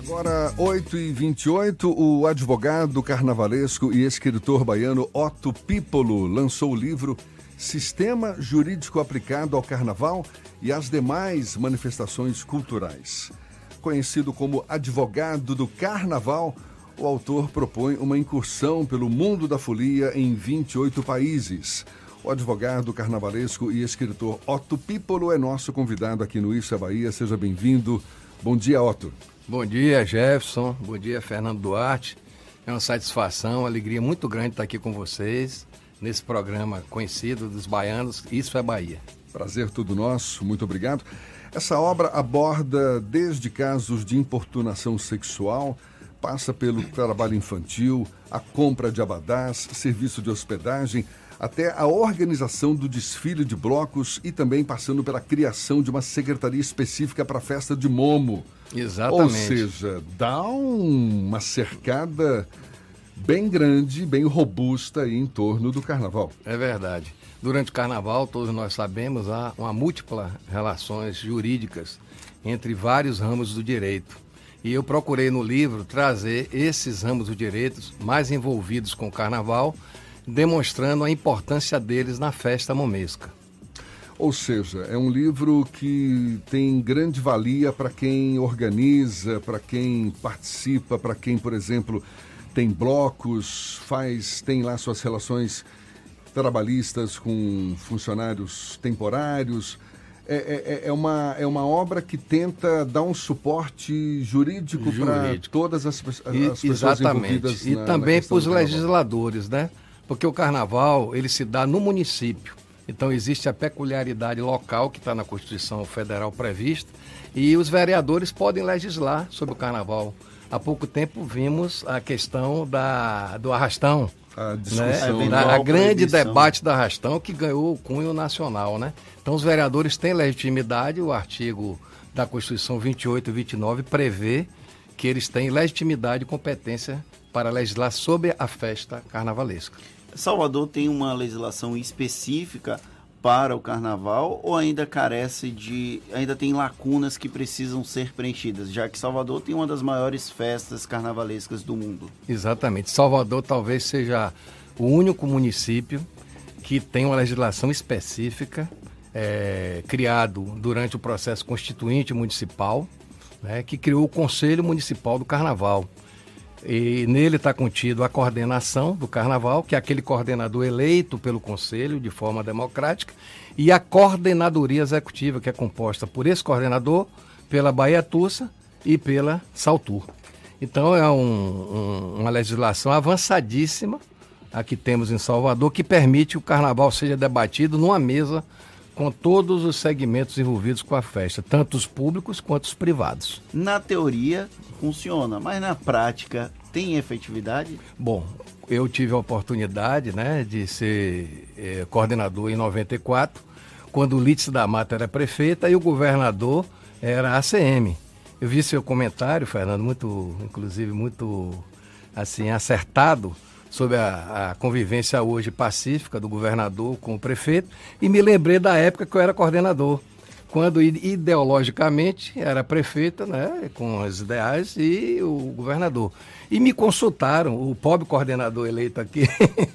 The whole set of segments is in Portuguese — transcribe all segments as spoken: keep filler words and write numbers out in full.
Agora, oito e vinte e oito, o advogado carnavalesco e escritor baiano Otto Pípolo lançou o livro Sistema Jurídico Aplicado ao Carnaval e às Demais Manifestações Culturais. Conhecido como advogado do carnaval, o autor propõe uma incursão pelo mundo da folia em vinte e oito países. O advogado carnavalesco e escritor Otto Pípolo é nosso convidado aqui no Isso é Bahia. Seja bem-vindo. Bom dia, Otto. Bom dia, Jefferson. Bom dia, Fernando Duarte. É uma satisfação, uma alegria muito grande estar aqui com vocês nesse programa conhecido dos baianos, Isso é Bahia. Prazer todo nosso, muito obrigado. Essa obra aborda desde casos de importunação sexual, passa pelo trabalho infantil, a compra de abadás, serviço de hospedagem, até a organização do desfile de blocos e também passando pela criação de uma secretaria específica para a festa de Momo. Exatamente. Ou seja, dá um, uma cercada bem grande, bem robusta aí em torno do carnaval. É verdade. Durante o carnaval, todos nós sabemos, há uma múltipla relações jurídicas entre vários ramos do direito. E eu procurei no livro trazer esses ramos do direito mais envolvidos com o carnaval, demonstrando a importância deles na festa momesca. Ou seja, é um livro que tem grande valia para quem organiza, para quem participa, para quem, por exemplo, tem blocos, faz, tem lá suas relações trabalhistas com funcionários temporários. É, é, é, uma, é uma obra que tenta dar um suporte jurídico, jurídico. para todas as, as e, pessoas exatamente. envolvidas e na, também na para os legisladores, né? Porque o carnaval, ele se dá no município. Então, existe a peculiaridade local que está na Constituição Federal prevista e os vereadores podem legislar sobre o carnaval. Há pouco tempo vimos a questão da, do arrastão, a discussão, né? da, a grande debate do arrastão que ganhou o cunho nacional, né? Então, os vereadores têm legitimidade, o artigo da Constituição vinte e oito e vinte e nove prevê que eles têm legitimidade e competência para legislar sobre a festa carnavalesca. Salvador tem uma legislação específica para o carnaval ou ainda carece de, ainda tem lacunas que precisam ser preenchidas, já que Salvador tem uma das maiores festas carnavalescas do mundo? Exatamente. Salvador talvez seja o único município que tem uma legislação específica, é, criado durante o processo constituinte municipal, né, que criou o Conselho Municipal do Carnaval. E nele está contido a coordenação do carnaval, que é aquele coordenador eleito pelo Conselho de forma democrática, e a coordenadoria executiva, que é composta por esse coordenador, pela Bahia Tussa e pela Saltur. Então é um, um, uma legislação avançadíssima a que temos em Salvador, que permite que o carnaval seja debatido numa mesa com todos os segmentos envolvidos com a festa, tanto os públicos quanto os privados. Na teoria funciona, mas na prática tem efetividade? Bom, eu tive a oportunidade, né, de ser eh, coordenador em noventa e quatro, quando o Lídice da Mata era prefeita e o governador era A C M. Eu vi seu comentário, Fernando, muito, inclusive muito assim, acertado, sobre a, a convivência hoje pacífica do governador com o prefeito, e me lembrei da época que eu era coordenador, quando ideologicamente era prefeita, né, com os ideais, e o governador. E me consultaram, o pobre coordenador eleito aqui,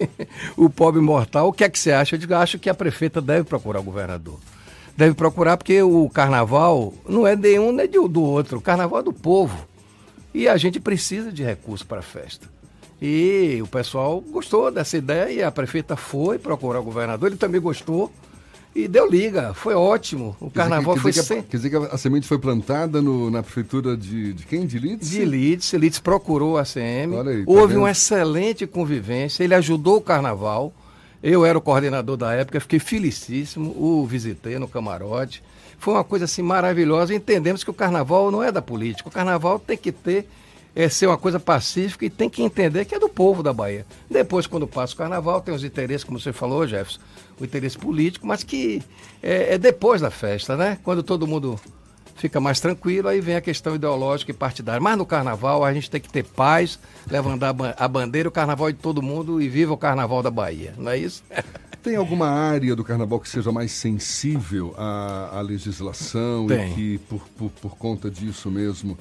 o pobre mortal, o que é que você acha? Eu digo, acho que a prefeita deve procurar o governador. Deve procurar porque o carnaval não é de um nem do outro, o carnaval é do povo. E a gente precisa de recursos para a festa. E o pessoal gostou dessa ideia e a prefeita foi procurar o governador, ele também gostou e deu liga, foi ótimo. O carnaval quer foi dizer sem... Quer dizer que a semente foi plantada no, na prefeitura de, de quem? De Lídice? De Lídice, Lídice procurou a A C M, Olha aí, tá houve vendo? uma excelente convivência, ele ajudou o carnaval, eu era o coordenador da época, fiquei felicíssimo, o visitei no camarote, foi uma coisa assim maravilhosa, entendemos que o carnaval não é da política, o carnaval tem que ter... é ser uma coisa pacífica e tem que entender que é do povo da Bahia. Depois, quando passa o carnaval, tem os interesses, como você falou, Jefferson, o interesse político, mas que é, é depois da festa, né? Quando todo mundo fica mais tranquilo, aí vem a questão ideológica e partidária. Mas no carnaval a gente tem que ter paz, levantar a bandeira, o carnaval é de todo mundo e viva o carnaval da Bahia, não é isso? Tem alguma área do carnaval que seja mais sensível à, à legislação Tem. e que, por, por, por conta disso mesmo,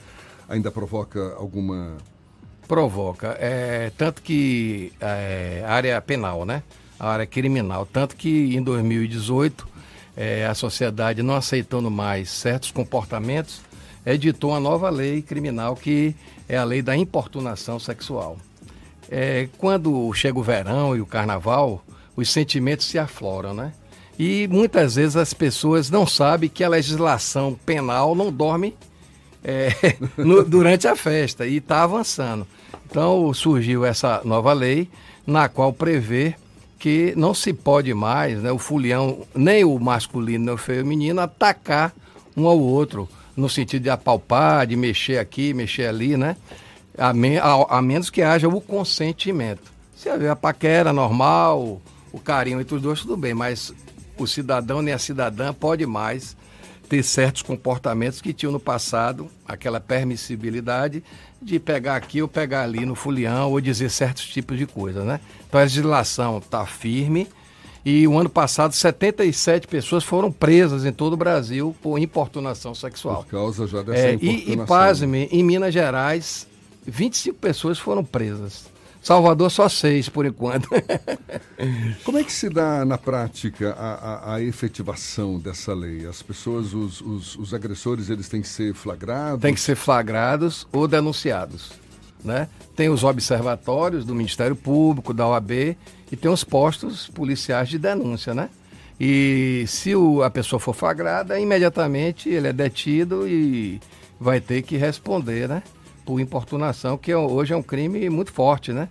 ainda provoca alguma... Provoca. É, tanto que é, a área penal, né? A área criminal. Tanto que em dois mil e dezoito, é, a sociedade, não aceitando mais certos comportamentos, editou uma nova lei criminal, que é a lei da importunação sexual. É, quando chega o verão e o carnaval, os sentimentos se afloram, né? E muitas vezes as pessoas não sabem que a legislação penal não dorme é, no, durante a festa, e está avançando. Então surgiu essa nova lei, na qual prevê que não se pode mais, né, o fulião, nem o masculino nem o feminino, atacar um ao outro, no sentido de apalpar, de mexer aqui, mexer ali, né? A, me, a, a menos que haja o consentimento. Se haver a paquera normal, o carinho entre os dois, tudo bem, mas o cidadão nem a cidadã pode mais ter certos comportamentos que tinham no passado, aquela permissibilidade de pegar aqui ou pegar ali no fulião, ou dizer certos tipos de coisas, né? Então a legislação está firme, e o ano passado setenta e sete pessoas foram presas em todo o Brasil por importunação sexual. Por causa já dessa é, importunação. E, e pasme, em Minas Gerais, vinte e cinco pessoas foram presas. Salvador só seis, por enquanto. Como é que se dá na prática a, a, a efetivação dessa lei? As pessoas, os, os, os agressores, eles têm que ser flagrados? Tem que ser flagrados ou denunciados, né? Tem os observatórios do Ministério Público, da O A B, e tem os postos policiais de denúncia, né? E se o, a pessoa for flagrada, imediatamente ele é detido e vai ter que responder, né? Por importunação, que hoje é um crime muito forte, né?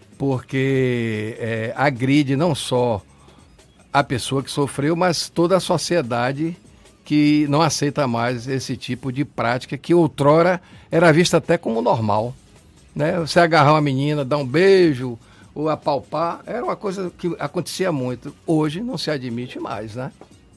Porque é, agride não só a pessoa que sofreu, mas toda a sociedade que não aceita mais esse tipo de prática, que outrora era vista até como normal, né? Você agarrar uma menina, dar um beijo ou apalpar, era uma coisa que acontecia muito. Hoje não se admite mais, né?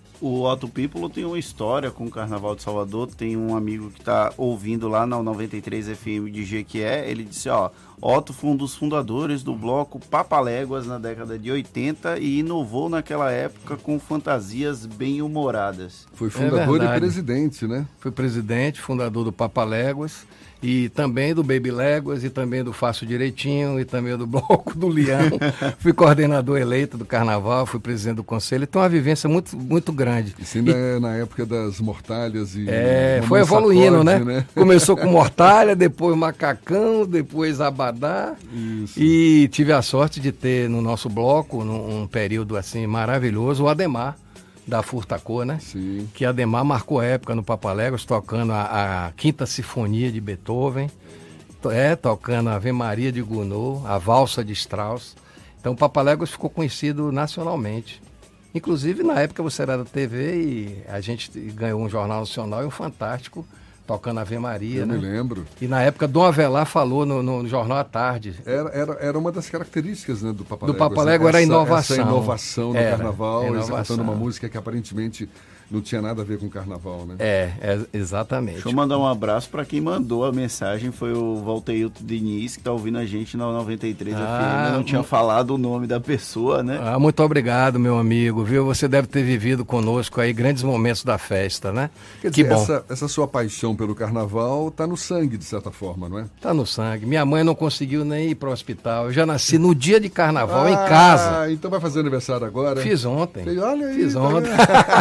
O Otto Pípolo tem uma história com o Carnaval de Salvador. Tem um amigo que está ouvindo lá na noventa e três F M de Jequié. Ele disse, ó, Otto foi um dos fundadores do bloco Papaléguas na década de oitenta e inovou naquela época com fantasias bem-humoradas. Foi fundador É e presidente, né? Foi presidente, fundador do Papaléguas, e também do Baby Léguas, e também do Faço Direitinho, e também do Bloco do Leão. Fui coordenador eleito do Carnaval, fui presidente do conselho. Então, uma vivência muito, muito grande. Isso ainda e, é na época das mortalhas e... É, foi evoluindo, sacode, né? né? Começou com mortalha, depois macacão, depois abadá. Isso. E tive a sorte de ter no nosso bloco, num um período assim maravilhoso, o Ademar, da Furtacô, né? Sim. Que Ademar marcou época no Papaléguas, tocando a, a Quinta Sinfonia de Beethoven, é, tocando a Ave Maria de Gounod, a Valsa de Strauss. Então o Papaléguas ficou conhecido nacionalmente. Inclusive, na época você era da T V e a gente ganhou um jornal nacional e um Fantástico, tocando a Ave Maria, Eu né? me lembro. E na época, Dom Avelar falou no, no Jornal à Tarde. Era, era, era uma das características, né, do Papaléguas. Do Papaléguas, era a inovação. Essa inovação no Era, carnaval, inovação. executando uma música que aparentemente não tinha nada a ver com o carnaval, né? É, é exatamente. Deixa eu mandar um abraço para quem mandou a mensagem, foi o Valteilton Diniz, que está ouvindo a gente na noventa e três Ah, F M. Eu não tinha falado o nome da pessoa, né? Ah, muito obrigado, meu amigo, viu? Você deve ter vivido conosco aí grandes momentos da festa, né? Quer que dizer, bom. Essa, essa sua paixão pelo carnaval está no sangue, de certa forma, não é? Tá no sangue. Minha mãe não conseguiu nem ir para o hospital. Eu já nasci no dia de carnaval, ah, em casa. Então vai fazer aniversário agora? Fiz ontem. Fez, olha aí. Fiz tá ontem.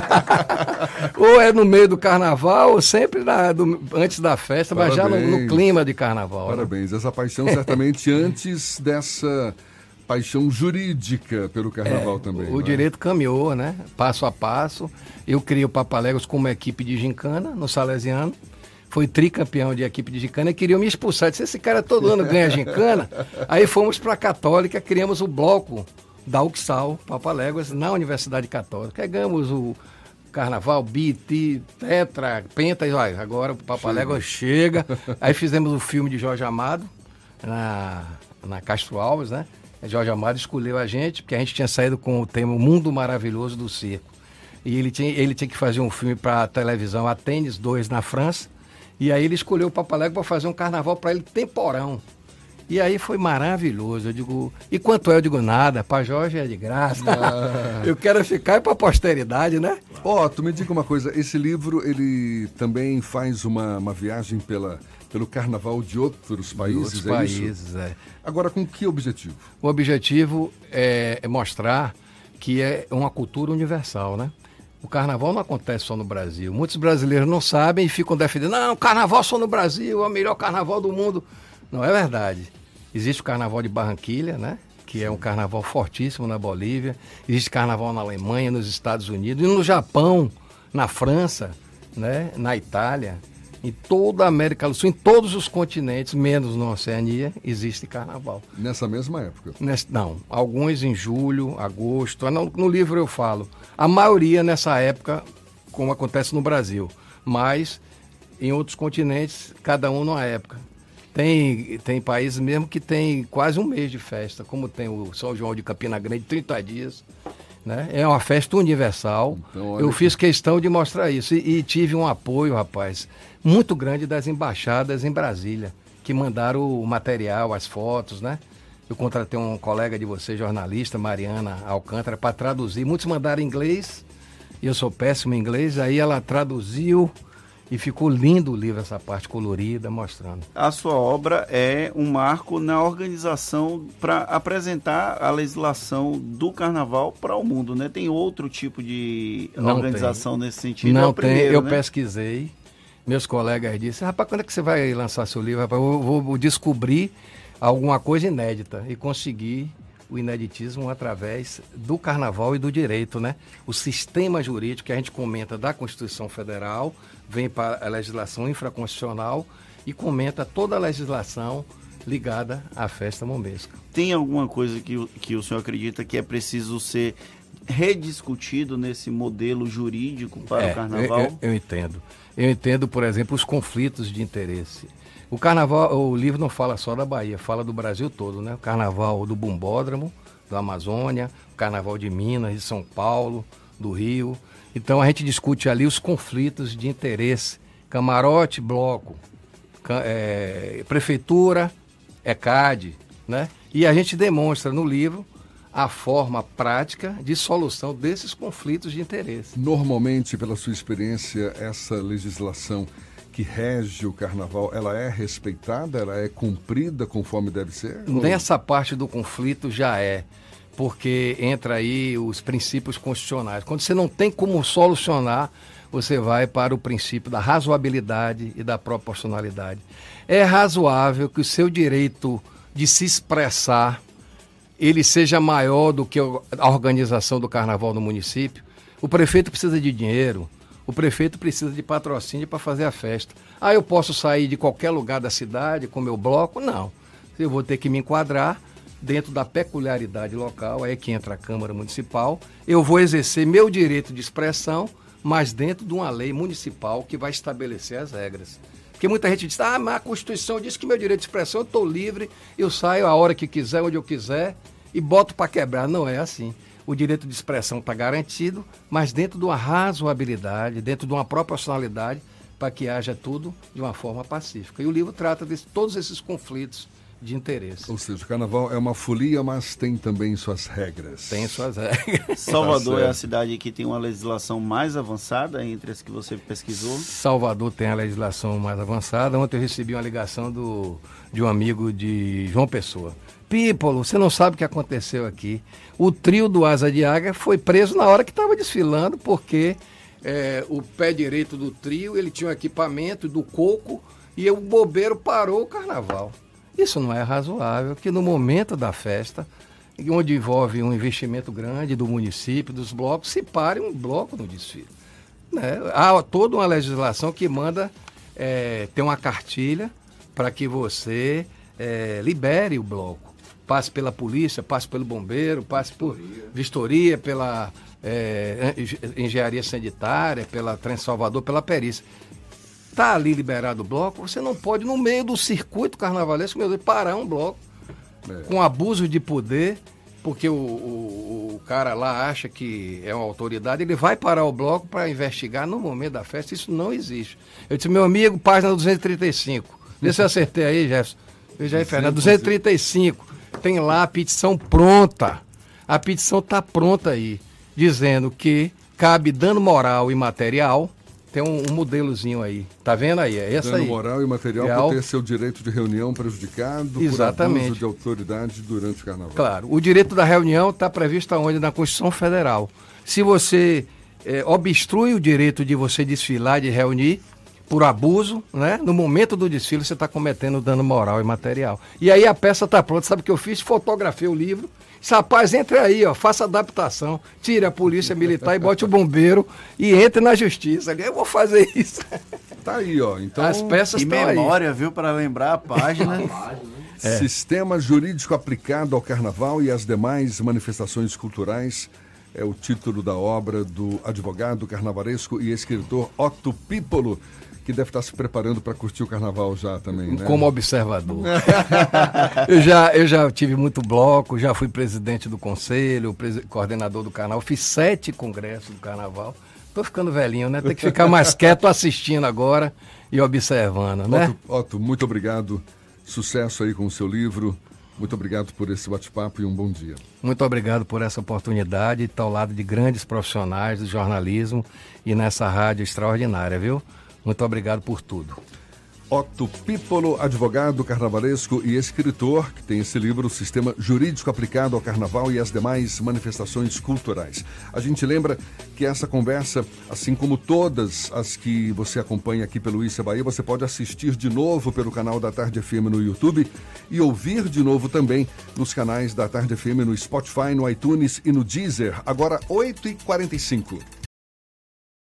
Ou é no meio do carnaval, ou sempre na, do, antes da festa, Parabéns. mas já no, no clima de carnaval. Parabéns. Né? Essa paixão certamente antes dessa paixão jurídica pelo carnaval é, também. O né? direito caminhou, né? Passo a passo. Eu criei o Papaléguas como equipe de gincana no Salesiano. Foi tricampeão de equipe de gincana e queriam me expulsar. Disse, esse cara todo ano ganha gincana. Aí fomos para a Católica, criamos o bloco da U C S A L, Papaléguas, na Universidade Católica. Aí ganhamos o Carnaval, B T, Tetra, Penta, e olha, agora o Papaléguas chega. Aí fizemos o filme de Jorge Amado, na, na Castro Alves, né? Jorge Amado escolheu a gente, porque a gente tinha saído com o tema O Mundo Maravilhoso do Circo. E ele tinha, ele tinha que fazer um filme para a televisão Atenas dois na França. E aí ele escolheu o Papaléguas para fazer um carnaval para ele temporão. E aí foi maravilhoso. Eu digo, e quanto é? Eu digo, nada, para Jorge é de graça. Ah. Eu quero ficar para a posteridade, né? Ó, oh, tu me diga uma coisa, esse livro, ele também faz uma, uma viagem pela, pelo carnaval de outros países, de outros é países, isso? é. Agora, com que objetivo? O objetivo é, é mostrar que é uma cultura universal, né? O carnaval não acontece só no Brasil. Muitos brasileiros não sabem e ficam defendendo, não, carnaval só no Brasil, é o melhor carnaval do mundo. Não é verdade. Existe o carnaval de Barranquilha, né? Que é um carnaval fortíssimo na Bolívia. Existe carnaval na Alemanha, nos Estados Unidos, e no Japão, na França, né? Na Itália, em toda a América do Sul, em todos os continentes, menos na Oceania, existe carnaval. Nessa mesma época? Nesse, não, alguns em julho, agosto. No, no livro eu falo. A maioria nessa época, como acontece no Brasil. Mas em outros continentes, cada um numa época. Tem, tem países mesmo que tem quase um mês de festa, como tem o São João de Campina Grande, trinta dias. Né? É uma festa universal. Então, eu fiz questão de mostrar isso. E, e tive um apoio, rapaz, muito grande das embaixadas em Brasília, que mandaram o material, as fotos, né? Eu contratei um colega de você, jornalista, Mariana Alcântara, para traduzir. Muitos mandaram em inglês, e eu sou péssimo em inglês, aí ela traduziu. E ficou lindo o livro, essa parte colorida, mostrando. A sua obra é um marco na organização para apresentar a legislação do carnaval para o mundo, né? Tem outro tipo de Não organização tem. nesse sentido? Não é o primeiro, tem, eu né? pesquisei. Meus colegas disseram, rapaz, quando é que você vai lançar seu livro? Rapaz, eu vou, vou descobrir alguma coisa inédita e conseguir o ineditismo através do carnaval e do direito, né? O sistema jurídico que a gente comenta da Constituição Federal, vem para a legislação infraconstitucional e comenta toda a legislação ligada à festa mombesca. Tem alguma coisa que, que o senhor acredita que é preciso ser rediscutido nesse modelo jurídico para é, o carnaval? Eu, eu, eu entendo. Eu entendo, por exemplo, os conflitos de interesse. O carnaval, o livro não fala só da Bahia, fala do Brasil todo, né? O carnaval do Bumbódromo, da Amazônia, o carnaval de Minas, de São Paulo, do Rio. Então a gente discute ali os conflitos de interesse. Camarote, bloco, é, prefeitura, E C A D, né? E a gente demonstra no livro a forma prática de solução desses conflitos de interesse. Normalmente, pela sua experiência, essa legislação que rege o carnaval, ela é respeitada, ela é cumprida conforme deve ser? Nessa ou... parte do conflito já é, porque entra aí os princípios constitucionais. Quando você não tem como solucionar, você vai para o princípio da razoabilidade e da proporcionalidade. É razoável que o seu direito de se expressar ele seja maior do que a organização do carnaval no município. O prefeito precisa de dinheiro. O prefeito precisa de patrocínio para fazer a festa. Ah, eu posso sair de qualquer lugar da cidade com meu bloco? Não. Eu vou ter que me enquadrar dentro da peculiaridade local, aí é que entra a Câmara Municipal. Eu vou exercer meu direito de expressão, mas dentro de uma lei municipal que vai estabelecer as regras. Porque muita gente diz, ah, mas a Constituição diz que meu direito de expressão, eu estou livre, eu saio a hora que quiser, onde eu quiser, e boto para quebrar. Não é assim. O direito de expressão está garantido, mas dentro de uma razoabilidade, dentro de uma proporcionalidade, para que haja tudo de uma forma pacífica. E o livro trata de todos esses conflitos de interesse. Ou seja, o carnaval é uma folia, mas tem também suas regras. Tem suas regras. Salvador é a cidade que tem uma legislação mais avançada entre as que você pesquisou? Salvador tem a legislação mais avançada. Ontem eu recebi uma ligação do, de um amigo de João Pessoa. Pípolo, você não sabe o que aconteceu aqui. O trio do Asa de Águia foi preso na hora que estava desfilando, porque é, o pé direito do trio, ele tinha um equipamento do coco e o bobeiro parou o carnaval. Isso não é razoável, que no momento da festa, onde envolve um investimento grande do município, dos blocos, se pare um bloco no desfile. Né? Há toda uma legislação que manda é, ter uma cartilha para que você é, libere o bloco. Passe pela polícia, passe pelo bombeiro, passe por vistoria, pela é, engenharia sanitária, pela Trans Salvador, pela perícia. Está ali liberado o bloco, você não pode, no meio do circuito carnavalesco, meu Deus, parar um bloco é. com abuso de poder, porque o, o, o cara lá acha que é uma autoridade, ele vai parar o bloco para investigar no momento da festa. Isso não existe. Eu disse, meu amigo, página duzentos e trinta e cinco. Vê se eu acertei aí, Jefferson. Veja aí, Fernando, duzentos e trinta e cinco. Tem lá a petição pronta. A petição está pronta aí, dizendo que cabe dano moral e material. Tem um, um modelozinho aí. Tá vendo aí? É essa dano aí. Dano moral e material Real. por ter seu direito de reunião prejudicado Exatamente. por abuso de autoridade durante o carnaval. Claro. O direito da reunião está previsto aonde? Na Constituição Federal. Se você é, obstrui o direito de você desfilar, de reunir, por abuso, né? No momento do desfile você está cometendo dano moral e material. E aí a peça está pronta. Sabe o que eu fiz? Fotografei o livro. Disse, rapaz, entre aí, ó, faça adaptação, tire a polícia militar e bote o bombeiro e entre na justiça. Eu vou fazer isso. Tá aí, ó. Então, as peças estão aí. Memória, viu, para lembrar a página. É. Sistema jurídico aplicado ao carnaval e às demais manifestações culturais é o título da obra do advogado carnavalesco e escritor Otto Pípolo, que deve estar se preparando para curtir o carnaval já também, né? Como observador. eu, já, eu já tive muito bloco, já fui presidente do conselho, presi- coordenador do carnaval, fiz sete congressos do carnaval. Tô ficando velhinho, né? Tem que ficar mais quieto assistindo agora e observando, né? Otto, Otto, muito obrigado. Sucesso aí com o seu livro. Muito obrigado por esse bate-papo e um bom dia. Muito obrigado por essa oportunidade de estar ao lado de grandes profissionais do jornalismo e nessa rádio extraordinária, viu? Muito obrigado por tudo. Otto Pípolo, advogado carnavalesco e escritor, que tem esse livro, Sistema Jurídico Aplicado ao Carnaval e às demais manifestações culturais. A gente lembra que essa conversa, assim como todas as que você acompanha aqui pelo Issa Bahia, você pode assistir de novo pelo canal da Tarde F M no YouTube e ouvir de novo também nos canais da Tarde F M no Spotify, no iTunes e no Deezer. Agora, oito e quarenta e cinco.